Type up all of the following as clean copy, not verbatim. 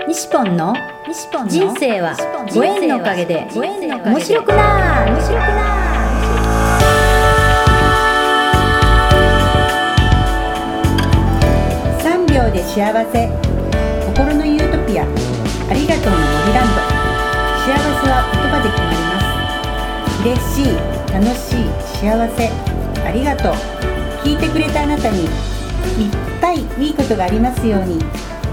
西ポンの人生はご縁のおかげで面白くなー3秒で幸せ、心のユートピア、ありがとうの森ランド。幸せは言葉で決まります。嬉しい、楽しい、幸せ、ありがとう。聞いてくれたあなたにいっぱいいいことがありますように。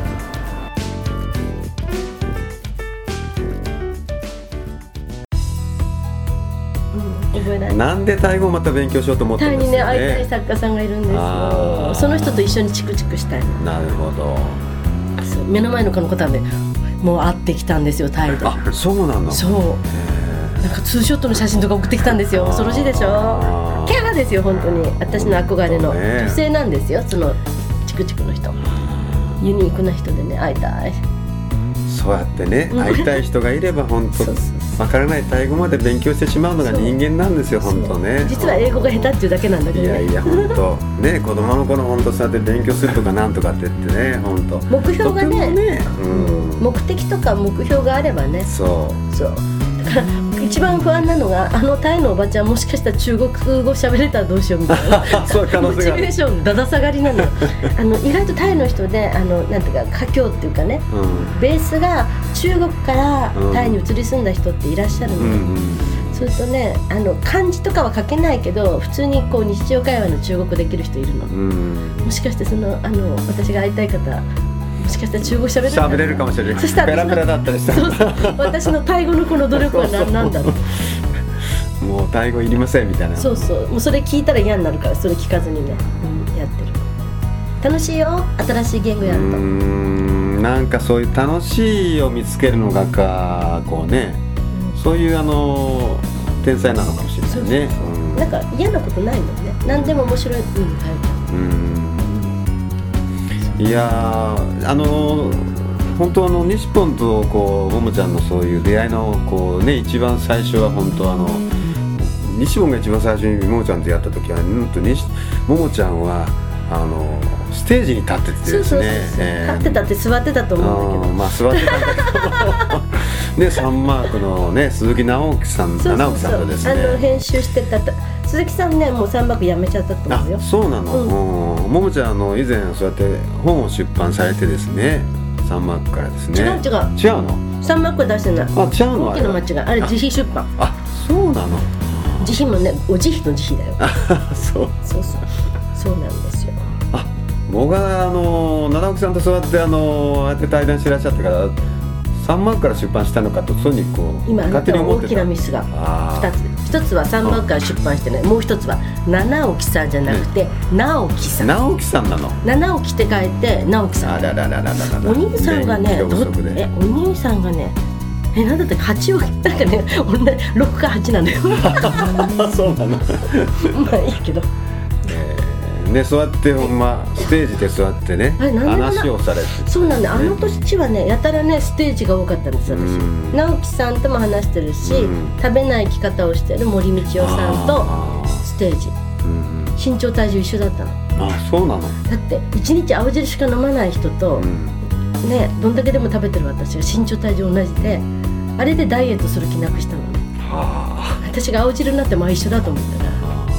なんでタイ語をまた勉強しようと思ったんですかね。 タイにね、会いたい作家さんがいるんですよ。その人と一緒にチクチクしたいの。 なるほど。 そう、目の前のこの子はね、もう会ってきたんですよ、タイで。 あ、そうなの。 そう。なんかツーショットの写真とか送ってきたんですよ。恐ろしいでしょ。キャラですよ、本当に。私の憧れの女性なんですよ、そのチクチクの人。ユニークな人でね、会いたい。 そうやってね、会いたい人がいれば本当分からないタイ語まで勉強してしまうのが人間なんですよ、本当ね。 実は英語が下手っていうだけなんだけどね。 いや本当ね、子供の頃本当そうやって勉強するとかなんとかって言ってね、本当目標がね、目的とか目標があればね。そうだから一番不安なのが、タイのおばちゃんもしかしたら中国語喋れたらどうしようみたいなそういう可能性がある。モチベーションだだ下がりなのよ。意外とタイの人でなんていうか華僑っていうかね、ベースが中国からタイに移り住んだ人っていらっしゃるのよ。それとね、漢字とかは書けないけど普通にこう日常会話の中国語できる人いるの。もしかして私が会いたい方、もしかしたら中国喋れるかもしれない。そしたらペラペラだったりしたら私のタイ語のこの努力は何だろう。 もうタイ語いりませんみたいな。 そうそう、もうそれ聞いたら嫌になるから、それ聞かずにね、やってる。楽しいよ、新しい言語やると。 なんかそういう楽しいを見つけるのがこうね、そういう天才なのかもしれないね。 なんか嫌なことないもんね。何でも面白い。 いや本当西ポンとももちゃんのそういう出会いの一番最初は本当西ポンが一番最初にももちゃんとやった時はももちゃんはステージに立っててですね、 立ってたって座ってたと思うんだけど、 まあ座ってたんだけどでサンマークのね鈴木直樹さんとですね、 編集してた鈴木さんね、もうサンマーク辞めちゃったと思うよ。 そうなの。ももちゃん以前そうやって本を出版されてですね、サンマークからですね。 違うの。 サンマークは出してない。 違うの。 大きな間違い。あれ自費出版。 そうなの。 自費もね、お自費の自費だよ。そうなんですよ。 僕が七尾さんとそうやってああやって対談してらっしゃってからサンマークから出版したのかとそうに今勝手に思ってた。大きなミスが2つ。一つはサンマークから出版してね、もう一つは七尾さんじゃなくて直樹さん。 直樹さんなの。 七尾って書いて直樹さん。お兄さんがね、お兄さんがね、なんだって8をなんかね、6か8なのよ。 そうなの。 まあいいけど。 ね、そうやってほんまステージで座ってね、話をされて。 そうなんだ、年はね、やたらねステージが多かったんです、私。直樹さんとも話してるし、食べない生き方をしてる森道夫さんとステージ、身長体重一緒だったの。 そうなの。だって1日青汁しか飲まない人と、ね、どんだけでも食べてる私が身長体重同じで、あれでダイエットする気なくしたのね。私が青汁になっても一緒だと思ったから。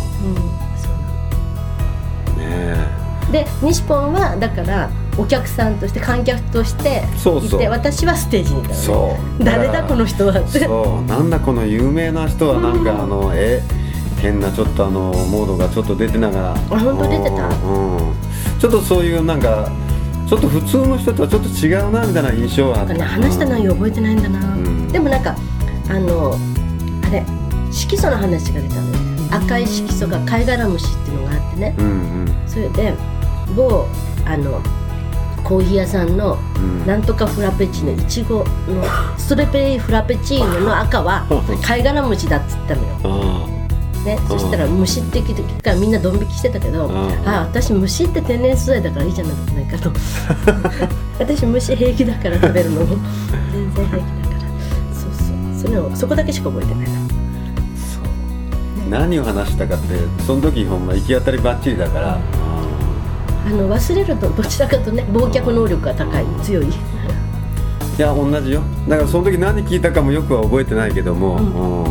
で西ポンはだからお客さんとして観客としていて、私はステージにいたのね。誰だこの人はって。 なんだこの有名な人は、なんか変なちょっとモードがちょっと出てながら。 本当出てた。 ちょっとそういうなんかちょっと普通の人とはちょっと違うなみたいな印象はあった。 話した内容覚えてないんだな。でもなんかあれ色素の話が出たのよ。赤い色素が貝殻虫っていうのがあってね。それで某コーヒー屋さんのなんとかフラペチーノ、いちごのストロベリーフラペチーノの赤は貝殻虫だって言ったのよ。ね、そしたら虫って聞いたからみんなドン引きしてたけど、私虫って天然素材だからいいじゃないかと。私虫平気だから食べるのも全然平気だから。そこだけしか覚えてないな。 何を話したかってその時ほんま行き当たりばっちりだから。 忘れるとどちらかとね、忘却能力が高い、強い。 いや同じよ。だからその時何聞いたかもよくは覚えてないけども、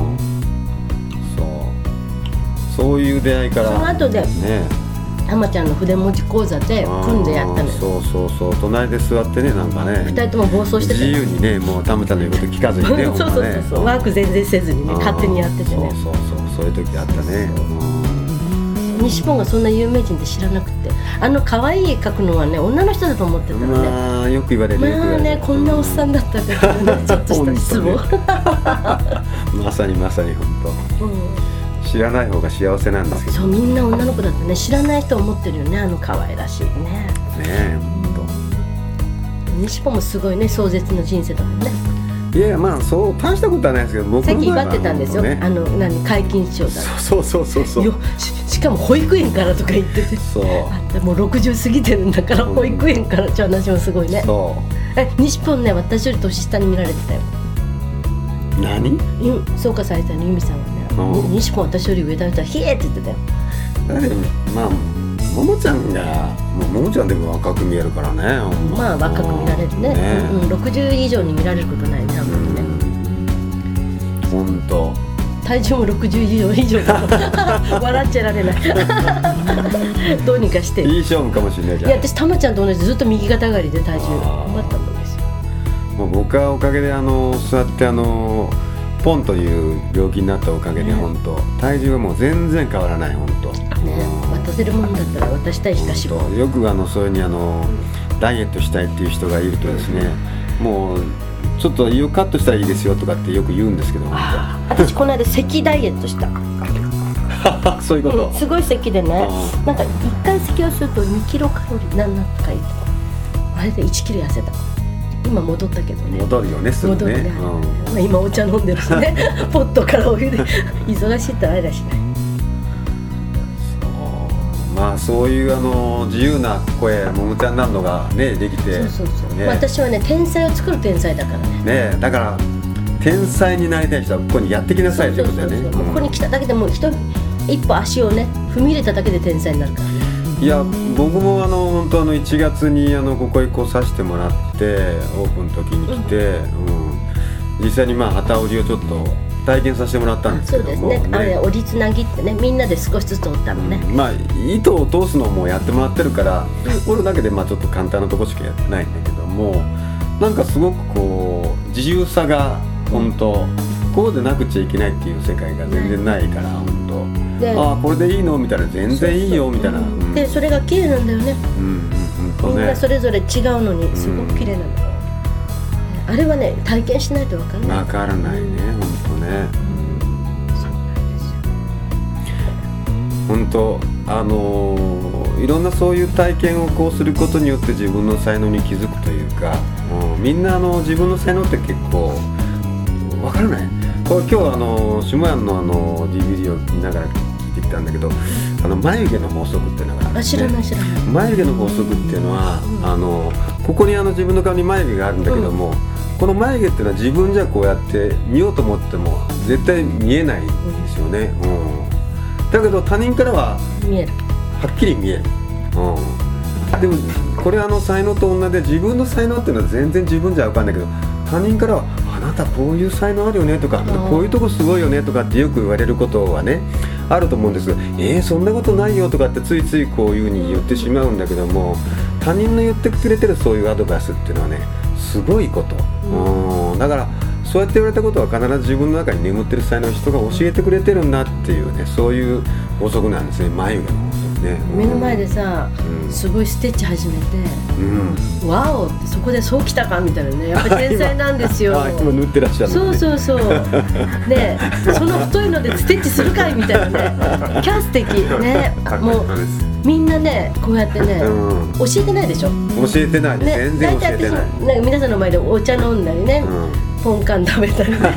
そういう出会いから、 その後で浜ちゃんの筆文字講座で組んでやったのよ。 そう隣で座ってね、なんかね、 2人とも暴走してて、 自由にね、もうタムちゃんの言うこと聞かずにねそうワーク全然せずにね、勝手にやっててね。 そういう時あったね。 西本がそんな有名人って知らなくて、可愛い絵描くのはね、女の人だと思ってたのね。 まあよく言われる。 まあね、こんなおっさんだったけどね、ちょっとした失望。 まさに本当。知らない方が幸せなんですけど。 そう、みんな女の子だってね、知らない人思ってるよね、可愛らしいね。 本当。西本もすごいね、壮絶な人生だもんね。 いやまあそう大したことはないですけど、僕の席威張ってたんですよ、解禁賞だ。 そうしかも保育園からとか言ってて、もう60過ぎてるんだから、保育園からって話もすごいね。西本ね、私より年下に見られてたよ。 何？ そうかされたの由美さんはね、西本私より上だったらヒエって言ってたよ。 だけどまあももちゃんでも若く見えるからね。 まあ若く見られるね。60以上に見られることないね、あんまりね。 本当。 体重も60以上だと笑っちゃられないどうにかしていい勝負かもしれないじゃん。 いや私たまちゃんと同じずっと右肩上がりで体重困ったもんですよ。 もう僕はおかげでそうやってポンという病気になったおかげで本当体重はもう全然変わらない本当。 渡せるもんだったら渡したいしかしも。 よくそういうにダイエットしたいっていう人がいるとですね、もうちょっと胃をカットしたらいいですよとかってよく言うんですけど、 私この間咳ダイエットしたそういうこと、 すごい咳でね、なんか1回咳をすると2キロカロリーなんとか言ってた。あれで1キロ痩せた。今戻ったけどね。 戻るよね、すぐね。 今お茶飲んでるしねポットからお湯で忙しいってあれだしね。 まあそういう自由な声、ももちゃんなのがねできて、 私はね天才を作る天才だからね。 だから天才になりたい人はここにやってきなさいということだよね。 ここに来ただけでも一歩足をね踏み入れただけで天才になるからね。 いや僕も本当1月にここへ来させてもらってオープンの時に来て、実際に機織りをちょっと体験させてもらったんですけども、 そうですね、折りつなぎってね、みんなで少しずつ折ったのね、 糸を通すのもやってもらってるから、折るだけでちょっと簡単なとこしかやってないんだけども、なんかすごく自由さが本当こうでなくちゃいけないっていう世界が全然ないから、本当これでいいのみたいな、全然いいよみたいな、 でそれが綺麗なんだよね。みんなそれぞれ違うのにすごく綺麗なの。あれはね体験しないと分からない。 分からないね、本当ね。本当いろんなそういう体験をすることによって自分の才能に気づくというか、みんな自分の才能って結構分からない。これ今日下屋のDVD を見ながら聞いてきたんだけど、眉毛の法則っていうのがあるんですね。 知らない。 眉毛の法則っていうのは、ここに自分の顔に眉毛があるんだけども、この眉毛っていうのは自分じゃこうやって見ようと思っても絶対見えないんですよね。だけど他人からは見える、 はっきり見える。でもこれ才能と同じで、自分の才能っていうのは全然自分じゃ分かんないけど、他人からはあなたこういう才能あるよねとか、こういうとこすごいよねとかってよく言われることはねあると思うんですが、そんなことないよとかってついついこういう風に言ってしまうんだけども、他人の言ってくれてるそういうアドバイスっていうのはねすごいこと、だからそうやって言われたことは必ず自分の中に眠ってる才能を人が教えてくれてるんだっていうね、そういう法則なんですね、眉毛の法則ね。 目の前でさ、すごいステッチ始めて、ワオってそこでそうきたかみたいなね、やっぱり天才なんですよ。 今塗ってらっしゃるのね。 そうね、その太いのでステッチするかいみたいなね、キャス的ね、もうみんなねこうやってね、教えてないでしょ。 教えてない、全然教えてない。 なんか皆さんの前でお茶飲んだりね、ポンカン食べたりね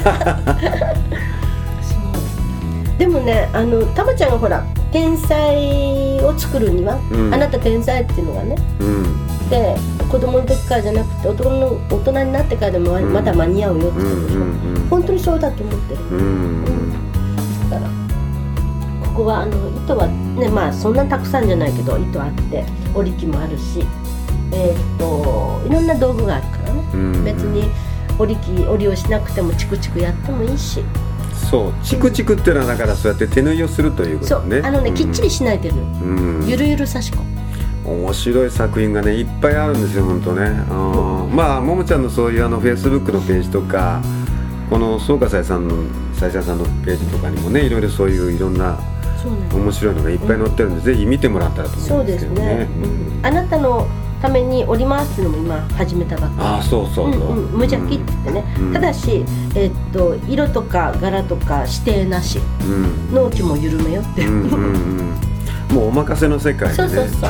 でもね、たまちゃんがほら天才を作るには、あなた天才っていうのがね、で子供の時からじゃなくて大人になってからでもまだ間に合うよって言うでしょ。本当にそうだと思ってる。だからここは糸はね、そんなたくさんじゃないけど糸あって織り機もあるし、 いろんな道具があるからね、別に織りをしなくてもチクチクやってもいいし。 そうチクチクっていうのはだからそうやって手縫いをするということね。 そうきっちりしないでる、ゆるゆる刺し子。 面白い作品がねいっぱいあるんですよ本当ね。まあももちゃんのそういうフェイスブックのページとかこの草加さやさんのさんのページとかにもねいろいろそういういろんな面白いのがいっぱい載ってるんで、ぜひ見てもらったらと思うんですけどね。そうですね、 あなたのために織り回すのも今始めたばっかり。 そうそうそう、 無邪気って言ってね、ただし、色とか柄とか指定なし、納期も緩めよって、 もうお任せの世界でね。 そう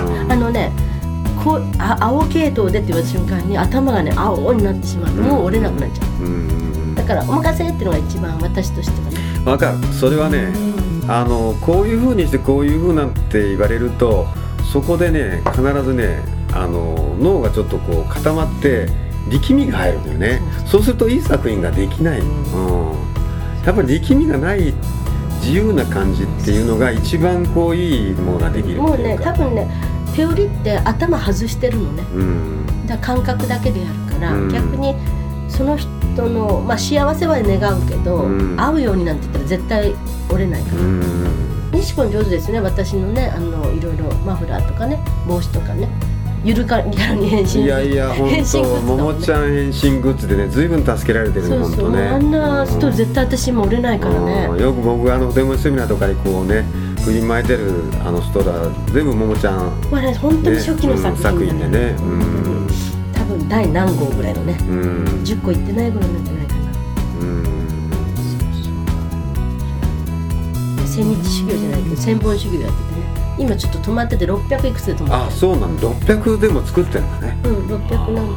青系統でって言われた瞬間に頭がね青になってしまうともう折れなくなっちゃう、だからお任せっていうのが一番私としてはね分かる。それはね、こういう風にしてこういう風なんて言われるとそこでね必ずね脳がちょっとこう固まって力みが入るんだよね。そうするといい作品ができない、やっぱり力みがない自由な感じっていうのが一番こういいものができるっていうか。 もうね多分ね手織りって頭外してるのね、だから感覚だけでやるから、逆にその人の、幸せは願うけど、合うようになんて言ったら絶対折れないから、西君上手ですね。私のねいろいろマフラーとかね帽子とかねゆるかギャラに変身。 いやいや本当ももちゃん変身グッズでね随分助けられてるね。本当ね。 あんな人絶対私も折れないからね。 よく僕デモセミナーとかにこうね振りまいてるストラ全部ももちゃん、 本当に初期の作品でね、 多分第何号ぐらいのね、10個いってないぐらいなんじゃないかな。千日修行じゃないけど千本修行やっててね、今ちょっと止まってて600いくつで止まってる。 そうなの。600でも作ってるんだね。 600何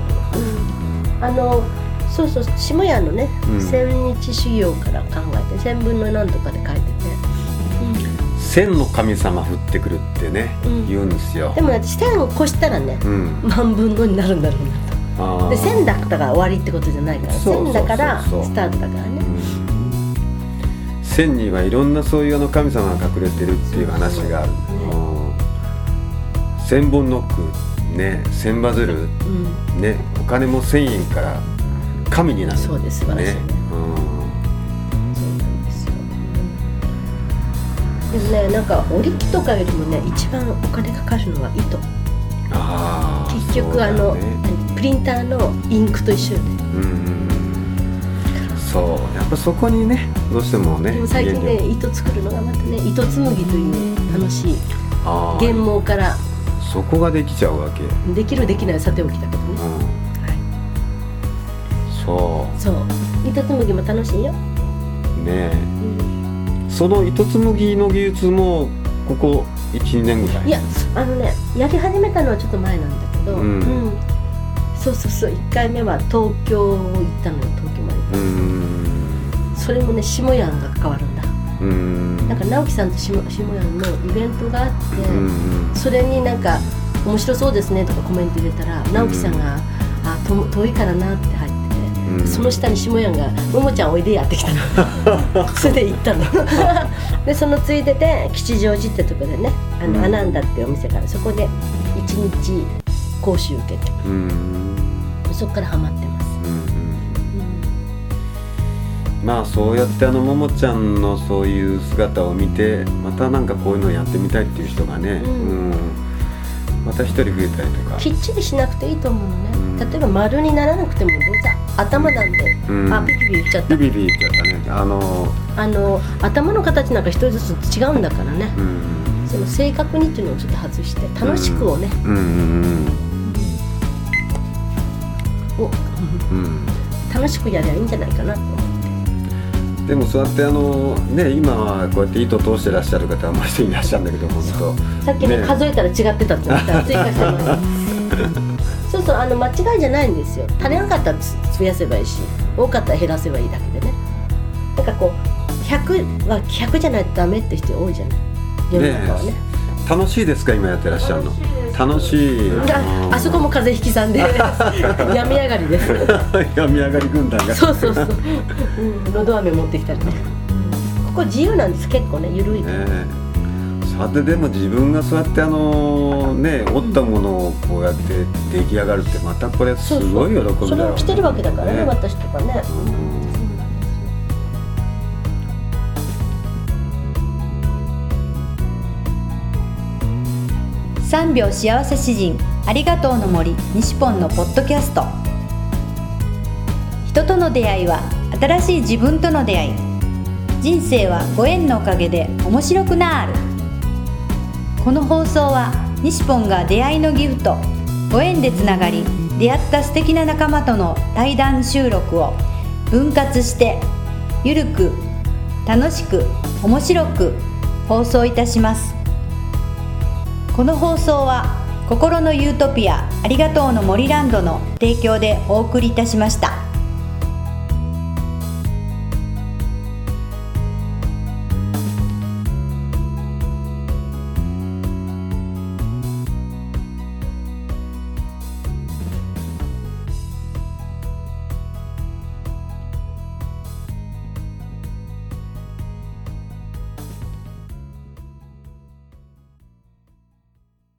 本。そう下屋のね、千日修行から考えて千分の何とかで書いてて、 千の神様降ってくるってね、言うんですよ。 でも千を越したらね、万分のになるんだろうなと。で千だったから終わりってことじゃないから、千だからスタートだからね。 千にはいろんなそういう神様が隠れてるっていう話がある。千本ノックね、千羽鶴ね、お金も1000円から神になる。 そうです、素晴らしいね。でもね、なんか織り機とかよりもね一番お金かかるのは糸。結局プリンターのインクと一緒よね。 そうやっぱそこにねどうしてもね。 でも最近ね糸作るのがまたね糸紡ぎという楽しい原毛からそこができちゃうわけ。 できるできないはさておきだけどね、そう糸紡ぎも楽しいよねえ、その糸紡ぎの技術もここ 1,2 年ぐらい。 いややり始めたのはちょっと前なんだけど、そう1回目は東京行ったのよ。東京まで行った。それもね下屋が関わるんだ。なんか直樹さんと下屋のイベントがあって、それになんか面白そうですねとかコメント入れたら、直樹さんが遠いからなって入ってて、その下に下屋がももちゃんおいでやってきたの。それで行ったの。でそのついでで吉祥寺ってとこでねアナンダっていうお店からそこで1日講習受けて、そこからハマってます。 まあそうやってももちゃんのそういう姿を見てまたなんかこういうのをやってみたいっていう人がね、また一人増えたりとか。 きっちりしなくていいと思うのね。例えば丸にならなくてもどうせ頭なんで、ピピピ言っちゃった。 ピピピ言っちゃったね。 頭の形なんか一人ずつ違うんだからね、その正確にっていうのをちょっと外して楽しくをね、楽しくやりゃいいんじゃないかなと思って。 でもそうやって今はこうやって糸通してらっしゃる方はもう一人いらっしゃるんだけど、本当さっきね数えたら違ってたって言ったら追加してもらいそう間違いじゃないんですよ。足りなかったら増やせばいいし、多かったら減らせばいいだけでね。なんかこう100は100じゃないとダメって人多いじゃない、世の中はね。 楽しいですか今やってらっしゃるの。楽しい。 あそこも風邪ひきさんで病み上がりです。 病み上がり軍団が。 そう、のど飴持ってきたりね。ここ自由なんです結構ね、ゆるい。 さてでも自分がそうやって折ったものをこうやって出来上がるってまたこれすごい喜びだろうね。 それを着てるわけだからね、私とかね。 3秒幸せ詩人ありがとうの森西ポンのポッドキャスト。人との出会いは新しい自分との出会い。人生はご縁のおかげで面白くなる。この放送は西ポンが出会いのギフト、ご縁でつながり出会った素敵な仲間との対談収録を分割してゆるく楽しく面白く放送いたします。この放送は心のユートピアありがとうの森ランドの提供でお送りいたしました。